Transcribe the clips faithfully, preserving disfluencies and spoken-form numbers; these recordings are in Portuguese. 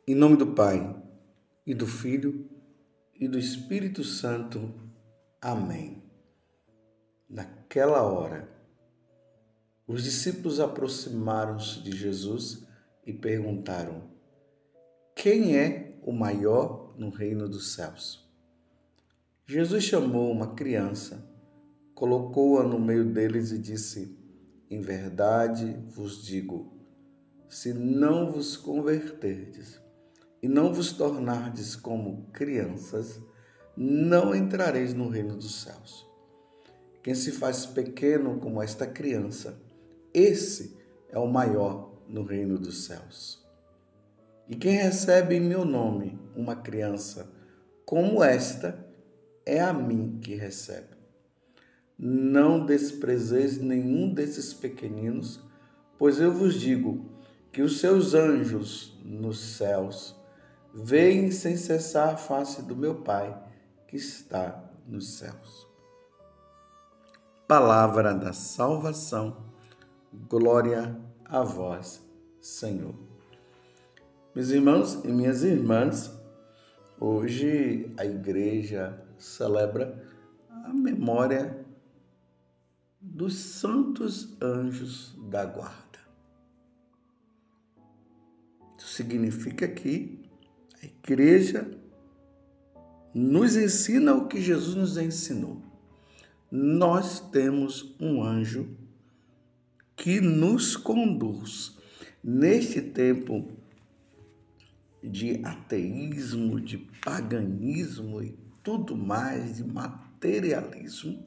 Em nome do Pai, e do Filho, e do Espírito Santo. Amém. Naquela hora, os discípulos aproximaram-se de Jesus e perguntaram: quem é o maior no reino dos céus? Jesus chamou uma criança, colocou-a no meio deles e disse: em verdade vos digo, se não vos converterdes e não vos tornardes como crianças, não entrareis no reino dos céus. Quem se faz pequeno como esta criança, esse é o maior no reino dos céus. E quem recebe em meu nome uma criança como esta, é a mim que recebe. Não desprezeis nenhum desses pequeninos, pois eu vos digo que os seus anjos nos céus veem sem cessar a face do meu Pai que está nos céus. Palavra da salvação, glória a vós, Senhor. Meus irmãos e minhas irmãs, hoje a igreja celebra a memória dos santos anjos da guarda. Isso significa que a igreja nos ensina o que Jesus nos ensinou. Nós temos um anjo que nos conduz neste tempo de ateísmo, de paganismo e tudo mais, de materialismo.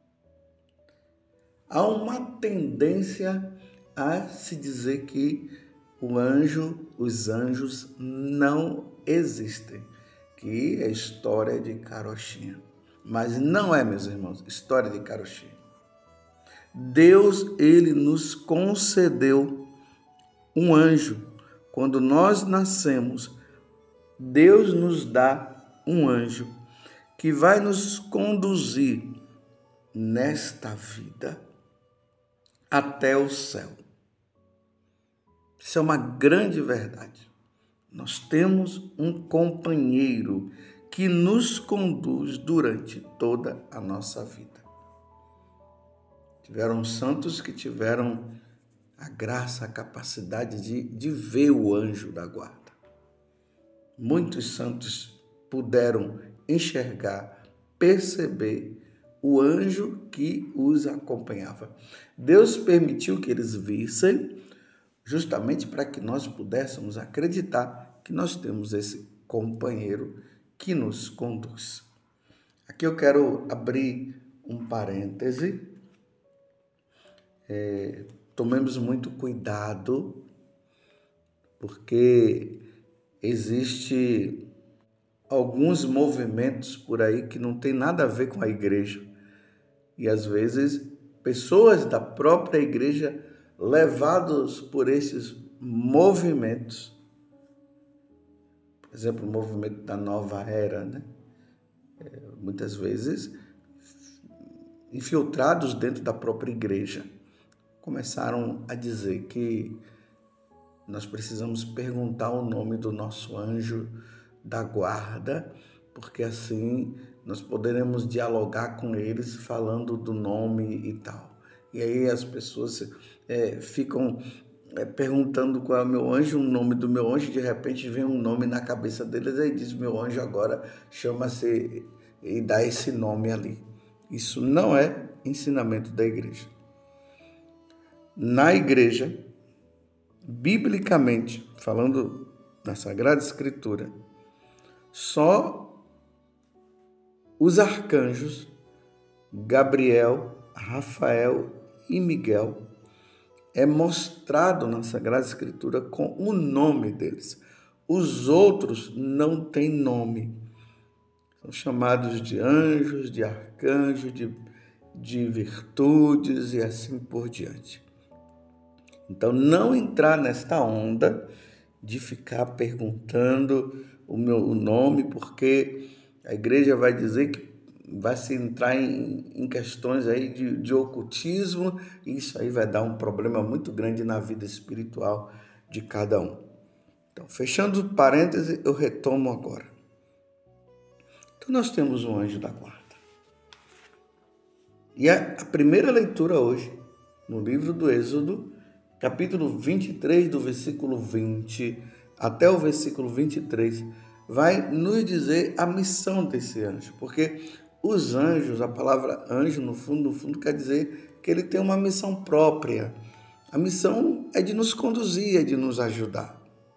Há uma tendência a se dizer que o anjo, os anjos não existem, que é história de carochinha. Mas não é, meus irmãos, história de carochinha. Deus, ele nos concedeu um anjo. Quando nós nascemos, Deus nos dá um anjo que vai nos conduzir nesta vida até o céu. Isso é uma grande verdade. Nós temos um companheiro que nos conduz durante toda a nossa vida. Tiveram santos que tiveram a graça, a capacidade de, de ver o anjo da guarda. Muitos santos puderam enxergar, perceber o anjo que os acompanhava. Deus permitiu que eles vissem, justamente para que nós pudéssemos acreditar que nós temos esse companheiro que nos conduz. Aqui eu quero abrir um parêntese. É, tomemos muito cuidado, porque existe alguns movimentos por aí que não tem nada a ver com a igreja. E às vezes pessoas da própria igreja levados por esses movimentos, por exemplo, o movimento da nova era, né? É, muitas vezes infiltrados dentro da própria igreja, começaram a dizer que nós precisamos perguntar o nome do nosso anjo da guarda, porque assim nós poderemos dialogar com eles falando do nome e tal. E aí as pessoas é, ficam é, perguntando qual é o meu anjo, o nome do meu anjo, de repente vem um nome na cabeça deles, aí diz: meu anjo agora chama-se, e dá esse nome ali. Isso não é ensinamento da igreja. Na igreja, biblicamente, falando na Sagrada Escritura, só os arcanjos Gabriel, Rafael e Miguel é mostrado na Sagrada Escritura com o nome deles. Os outros não têm nome. São chamados de anjos, de arcanjos, de, de virtudes e assim por diante. Então, não entrar nesta onda de ficar perguntando o meu o nome, porque a igreja vai dizer que vai se entrar em, em questões aí de, de ocultismo, e isso aí vai dar um problema muito grande na vida espiritual de cada um. Então, fechando parênteses, eu retomo agora. Então, nós temos um anjo da guarda. E a, a primeira leitura hoje, no livro do Êxodo, capítulo vinte e três, do versículo vinte até o versículo vinte e três, vai nos dizer a missão desse anjo. Porque os anjos, a palavra anjo, no fundo, no fundo, quer dizer que ele tem uma missão própria. A missão é de nos conduzir, é de nos ajudar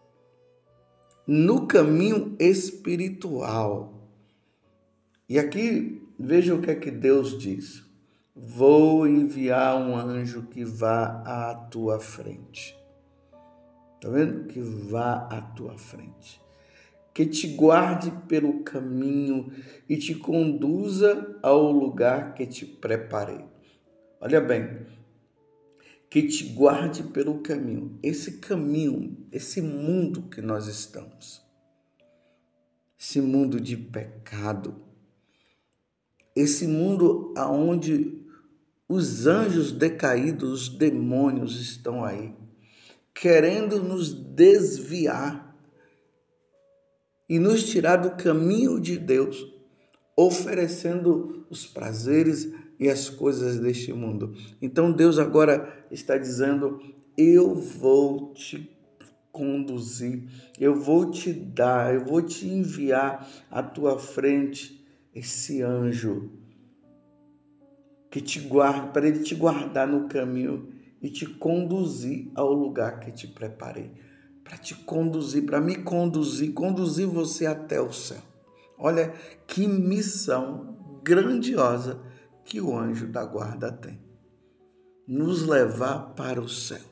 no caminho espiritual. E aqui, veja o que é que Deus diz. Vou enviar um anjo que vá à tua frente. Está vendo? Que vá à tua frente. Que te guarde pelo caminho e te conduza ao lugar que te preparei. Olha bem, que te guarde pelo caminho. Esse caminho, esse mundo que nós estamos, esse mundo de pecado, esse mundo onde os anjos decaídos, os demônios estão aí, querendo nos desviar e nos tirar do caminho de Deus, oferecendo os prazeres e as coisas deste mundo. Então Deus agora está dizendo, eu vou te conduzir, eu vou te dar, eu vou te enviar à tua frente esse anjo que te guarde, para ele te guardar no caminho e te conduzir ao lugar que te preparei. Para te conduzir, para me conduzir, conduzir você até o céu. Olha que missão grandiosa que o anjo da guarda tem. Nos levar para o céu.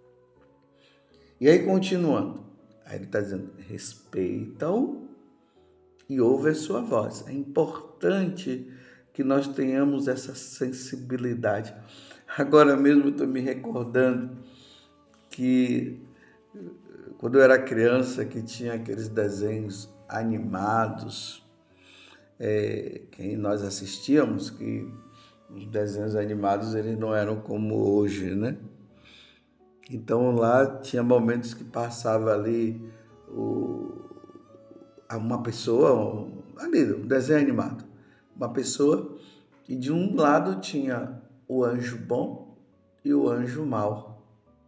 E aí, continuando, aí ele está dizendo, respeita-o e ouve a sua voz. É importante que nós tenhamos essa sensibilidade. Agora mesmo eu estou me recordando que quando eu era criança, que tinha aqueles desenhos animados, é, que nós assistíamos, que os desenhos animados eles não eram como hoje, né? Então lá tinha momentos que passava ali o, uma pessoa, ali, um desenho animado, uma pessoa, e de um lado tinha o anjo bom e o anjo mau.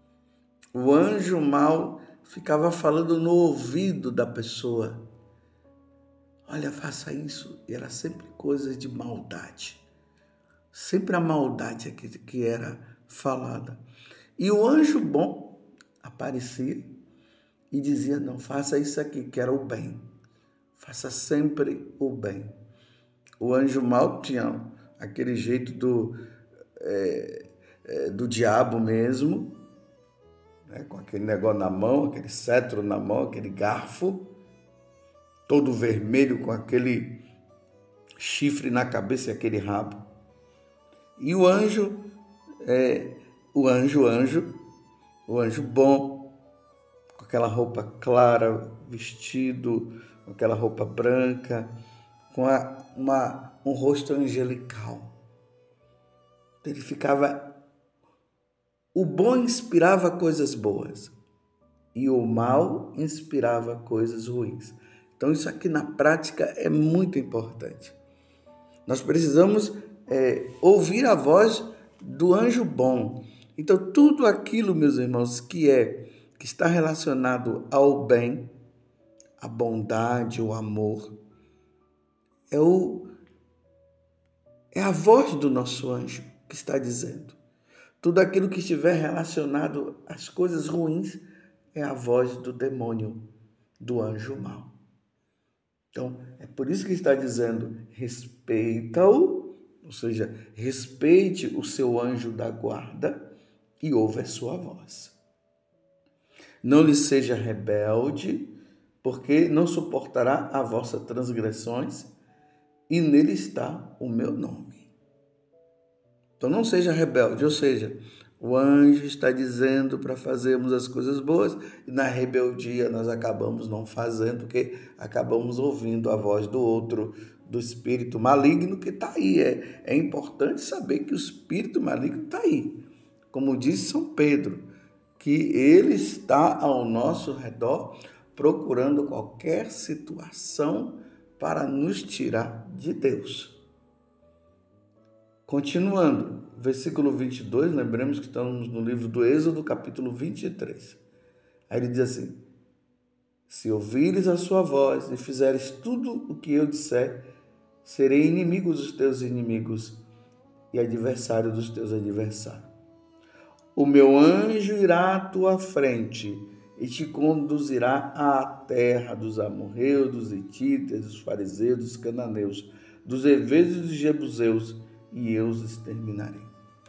O anjo mau ficava falando no ouvido da pessoa. Olha, faça isso. E era sempre coisas de maldade. Sempre a maldade que, que era falada. E o anjo bom aparecia e dizia, não, faça isso aqui, que era o bem. Faça sempre o bem. O anjo mau tinha aquele jeito do, é, é, do diabo mesmo, né, com aquele negócio na mão, aquele cetro na mão, aquele garfo, todo vermelho com aquele chifre na cabeça e aquele rabo. E o anjo, é, o anjo, anjo, o anjo bom, com aquela roupa clara, vestido, com aquela roupa branca, com a, uma, um rosto angelical. Ele ficava... O bom inspirava coisas boas e o mal inspirava coisas ruins. Então, isso aqui na prática é muito importante. Nós precisamos é, ouvir a voz do anjo bom. Então, tudo aquilo, meus irmãos, que é que está relacionado ao bem, à bondade, o amor, é, o, é a voz do nosso anjo que está dizendo. Tudo aquilo que estiver relacionado às coisas ruins é a voz do demônio, do anjo mau. Então, é por isso que está dizendo, respeita-o, ou seja, respeite o seu anjo da guarda e ouve a sua voz. Não lhe seja rebelde, porque não suportará as vossas transgressões, e nele está o meu nome. Então não seja rebelde, ou seja, o anjo está dizendo para fazermos as coisas boas e na rebeldia nós acabamos não fazendo, porque acabamos ouvindo a voz do outro, do espírito maligno que está aí. É, é importante saber que o espírito maligno está aí. Como disse São Pedro, que ele está ao nosso redor procurando qualquer situação para nos tirar de Deus. Continuando, versículo vinte e dois, lembremos que estamos no livro do Êxodo, capítulo vinte e três. Aí ele diz assim: se ouvires a sua voz e fizeres tudo o que eu disser, serei inimigo dos teus inimigos e adversário dos teus adversários. O meu anjo irá à tua frente e te conduzirá à terra dos amorreus, dos hititas, dos fariseus, dos cananeus, dos heveus e dos jebuseus, e eu os exterminarei.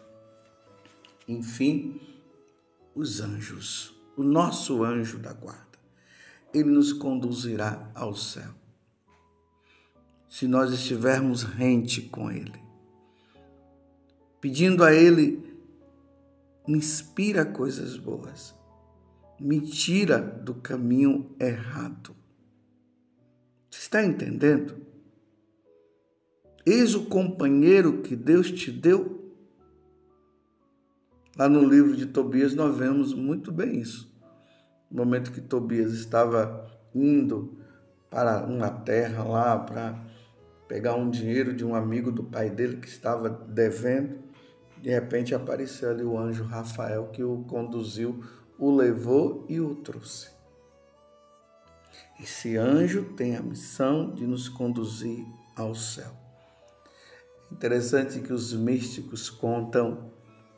Enfim, os anjos, o nosso anjo da guarda, ele nos conduzirá ao céu. Se nós estivermos rente com ele, pedindo a ele, me inspira coisas boas, me tira do caminho errado. Você está entendendo? Eis o companheiro que Deus te deu. Lá no livro de Tobias nós vemos muito bem isso. No momento que Tobias estava indo para uma terra lá para pegar um dinheiro de um amigo do pai dele que estava devendo, de repente apareceu ali o anjo Rafael que o conduziu, o levou e o trouxe. Esse anjo tem a missão de nos conduzir ao céu. Interessante que os místicos contam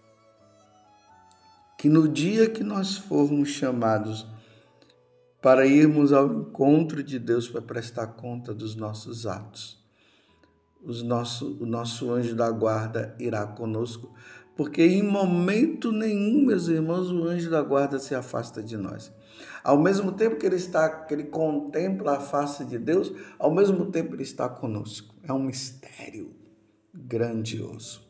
que no dia que nós formos chamados para irmos ao encontro de Deus para prestar conta dos nossos atos, os nosso, o nosso anjo da guarda irá conosco, porque em momento nenhum, meus irmãos, o anjo da guarda se afasta de nós. Ao mesmo tempo que ele está, que ele contempla a face de Deus, ao mesmo tempo ele está conosco. É um mistério grandioso.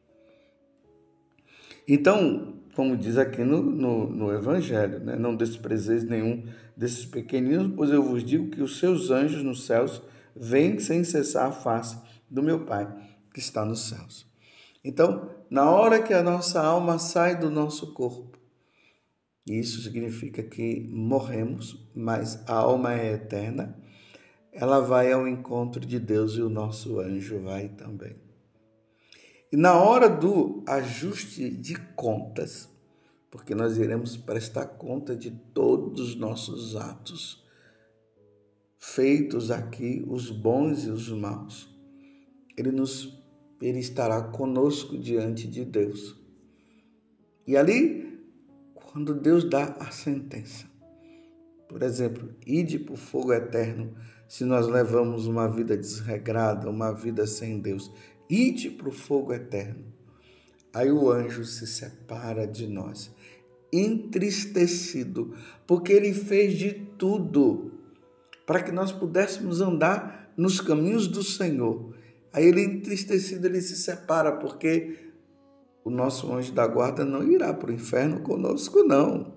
Então, como diz aqui no, no, no Evangelho, né? Não desprezeis nenhum desses pequeninos, pois eu vos digo que os seus anjos nos céus veem sem cessar a face do meu Pai que está nos céus. Então, na hora que a nossa alma sai do nosso corpo, isso significa que morremos, mas a alma é eterna, ela vai ao encontro de Deus e o nosso anjo vai também. E na hora do ajuste de contas, porque nós iremos prestar conta de todos os nossos atos, feitos aqui, os bons e os maus, ele, nos, ele estará conosco diante de Deus. E ali, quando Deus dá a sentença, por exemplo, ide para o fogo eterno, se nós levamos uma vida desregrada, uma vida sem Deus, ide para o fogo eterno. Aí o anjo se separa de nós, entristecido, porque ele fez de tudo para que nós pudéssemos andar nos caminhos do Senhor. Aí ele, entristecido, ele se separa, porque o nosso anjo da guarda não irá para o inferno conosco, não.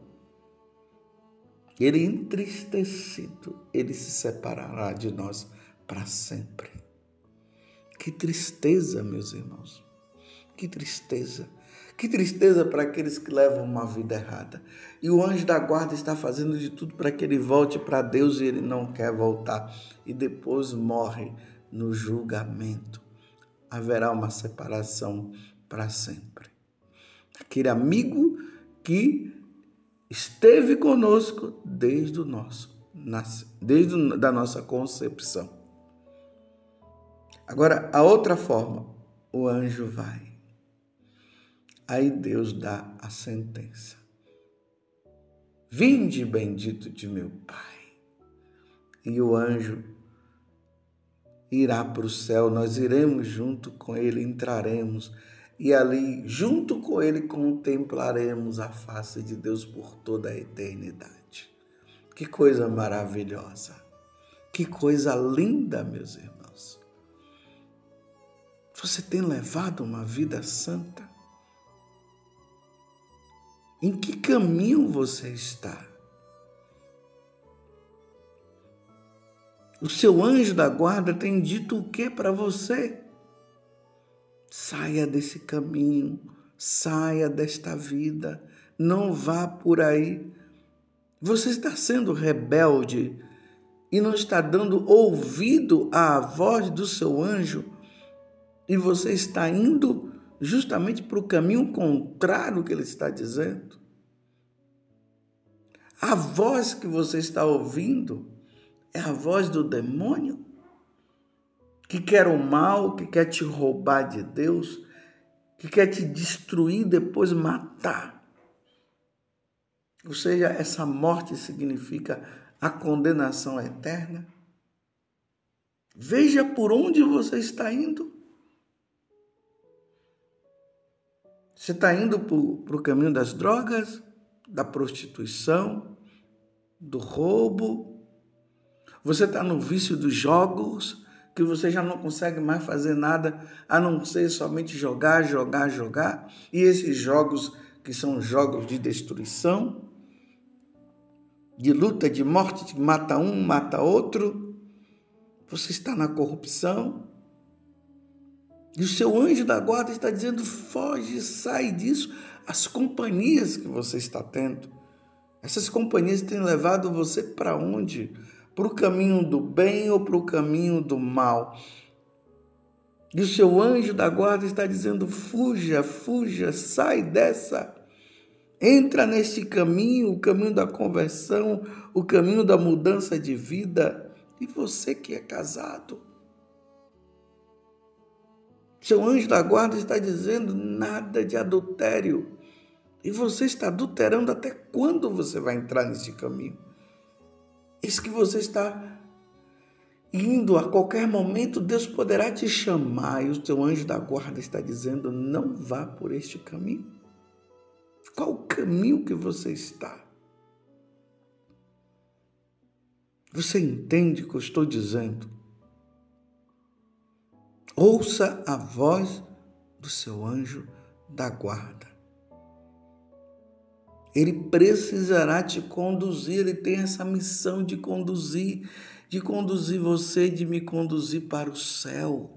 Ele, entristecido, ele se separará de nós para sempre. Que tristeza, meus irmãos. Que tristeza. Que tristeza para aqueles que levam uma vida errada. E o anjo da guarda está fazendo de tudo para que ele volte para Deus e ele não quer voltar. E depois morre no julgamento. Haverá uma separação para sempre. Aquele amigo que esteve conosco desde o nosso, desde a nossa concepção. Agora, a outra forma, o anjo vai. Aí Deus dá a sentença. Vinde, bendito de meu Pai. E o anjo irá para o céu, nós iremos junto com ele, entraremos e ali, junto com ele, contemplaremos a face de Deus por toda a eternidade. Que coisa maravilhosa! Que coisa linda, meus irmãos! Você tem levado uma vida santa? Em que caminho você está? O seu anjo da guarda tem dito o que para você? Saia desse caminho, saia desta vida, não vá por aí. Você está sendo rebelde e não está dando ouvido à voz do seu anjo, e você está indo justamente para o caminho contrário que ele está dizendo. A voz que você está ouvindo é a voz do demônio, que quer o mal, que quer te roubar de Deus, que quer te destruir e depois matar. Ou seja, essa morte significa a condenação eterna. Veja por onde você está indo. Você está indo para o caminho das drogas, da prostituição, do roubo. Você está no vício dos jogos, que você já não consegue mais fazer nada a não ser somente jogar, jogar, jogar. E esses jogos que são jogos de destruição, de luta, de morte, que mata um, mata outro. Você está na corrupção. E o seu anjo da guarda está dizendo, foge, sai disso. As companhias que você está tendo, essas companhias têm levado você para onde? Para o caminho do bem ou para o caminho do mal? E o seu anjo da guarda está dizendo, fuja, fuja, sai dessa. Entra neste caminho, o caminho da conversão, o caminho da mudança de vida. E você que é casado, seu anjo da guarda está dizendo nada de adultério. E você está adulterando até quando você vai entrar nesse caminho? Eis que você está indo a qualquer momento, Deus poderá te chamar. E o seu anjo da guarda está dizendo, não vá por este caminho. Qual o caminho que você está? Você entende o que eu estou dizendo? Ouça a voz do seu anjo da guarda. Ele precisará te conduzir, ele tem essa missão de conduzir, de conduzir você, de me conduzir para o céu.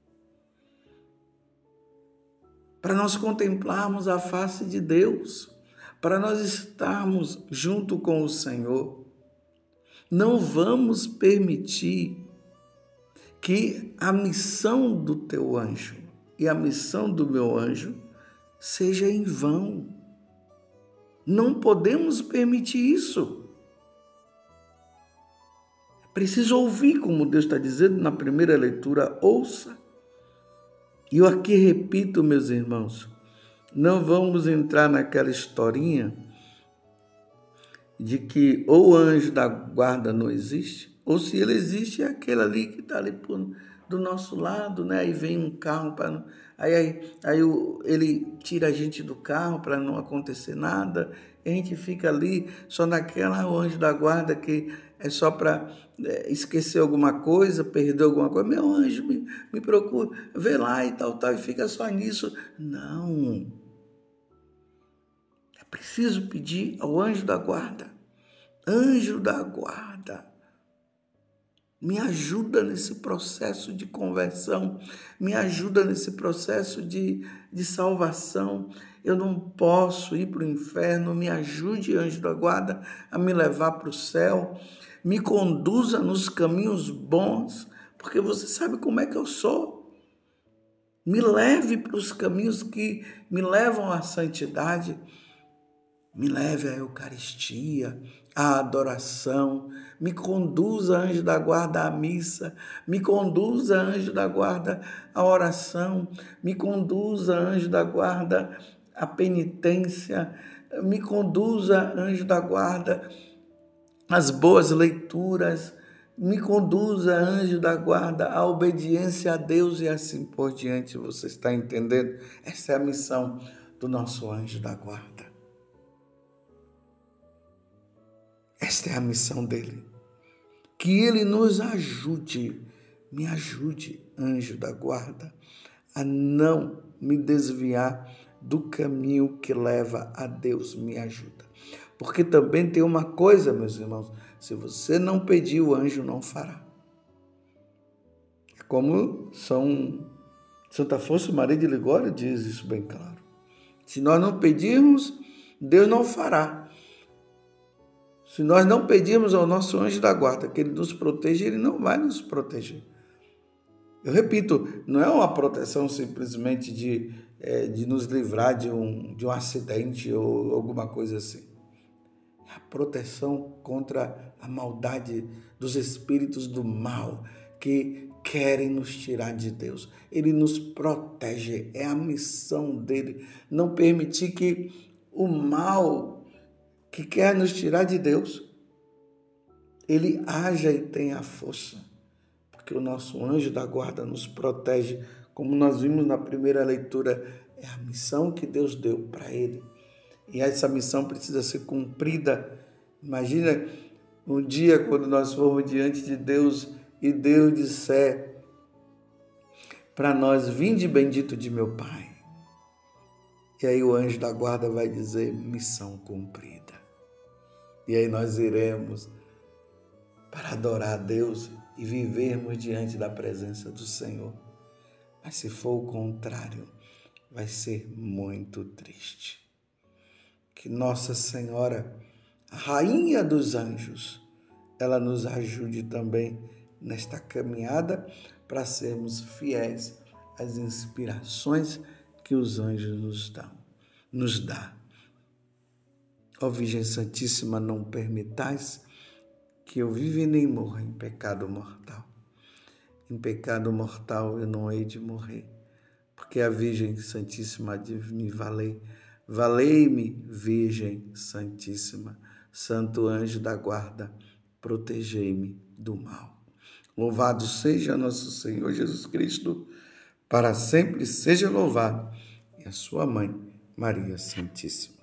Para nós contemplarmos a face de Deus, para nós estarmos junto com o Senhor. Não vamos permitir que a missão do teu anjo e a missão do meu anjo seja em vão. Não podemos permitir isso. É preciso ouvir, como Deus está dizendo na primeira leitura, ouça. E eu aqui repito, meus irmãos, não vamos entrar naquela historinha de que ou o anjo da guarda não existe, ou se ele existe, é aquele ali que está ali por, do nosso lado, né? Aí vem um carro, pra, aí, aí, aí o, ele tira a gente do carro para não acontecer nada, e a gente fica ali só naquela o anjo da guarda que é só para é, esquecer alguma coisa, perder alguma coisa. Meu anjo, me, me procura, vê lá e tal, tal, e fica só nisso. Não. É preciso pedir ao anjo da guarda. Anjo da guarda, me ajuda nesse processo de conversão, me ajuda nesse processo de, de salvação. Eu não posso ir para o inferno, me ajude, anjo da guarda, a me levar para o céu, me conduza nos caminhos bons, porque você sabe como é que eu sou. Me leve para os caminhos que me levam à santidade, me leve à Eucaristia, à adoração, me conduza, anjo da guarda, à missa, me conduza, anjo da guarda, à oração, me conduza, anjo da guarda, à penitência, me conduza, anjo da guarda, às boas leituras, me conduza, anjo da guarda, à obediência a Deus e assim por diante. Você está entendendo? Essa é a missão do nosso anjo da guarda. Esta é a missão dele. Que ele nos ajude, me ajude, anjo da guarda, a não me desviar do caminho que leva a Deus. Me ajuda. Porque também tem uma coisa, meus irmãos, se você não pedir, o anjo não fará. É como São Santa Afonso Maria de Ligório diz isso bem claro. Se nós não pedirmos, Deus não fará. Se nós não pedirmos ao nosso anjo da guarda que ele nos proteja, ele não vai nos proteger. Eu repito, não é uma proteção simplesmente de, é, de nos livrar de um, de um acidente ou alguma coisa assim. É a proteção contra a maldade dos espíritos do mal que querem nos tirar de Deus. Ele nos protege, é a missão dele, não permitir que o mal que quer nos tirar de Deus, ele haja e tenha força, porque o nosso anjo da guarda nos protege, como nós vimos na primeira leitura, é a missão que Deus deu para ele. E essa missão precisa ser cumprida. Imagina um dia quando nós formos diante de Deus e Deus disser para nós: vinde bendito de meu Pai. E aí o anjo da guarda vai dizer: missão cumprida. E aí nós iremos para adorar a Deus e vivermos diante da presença do Senhor. Mas se for o contrário, vai ser muito triste. Que Nossa Senhora, a Rainha dos Anjos, ela nos ajude também nesta caminhada para sermos fiéis às inspirações que os anjos nos dão, nos dá. Ó Virgem Santíssima, não permitais que eu viva e nem morra em pecado mortal. Em pecado mortal eu não hei de morrer, porque a Virgem Santíssima há de me valer. Valei-me, Virgem Santíssima, Santo Anjo da Guarda, protegei-me do mal. Louvado seja nosso Senhor Jesus Cristo, para sempre seja louvado, e a sua mãe, Maria Santíssima.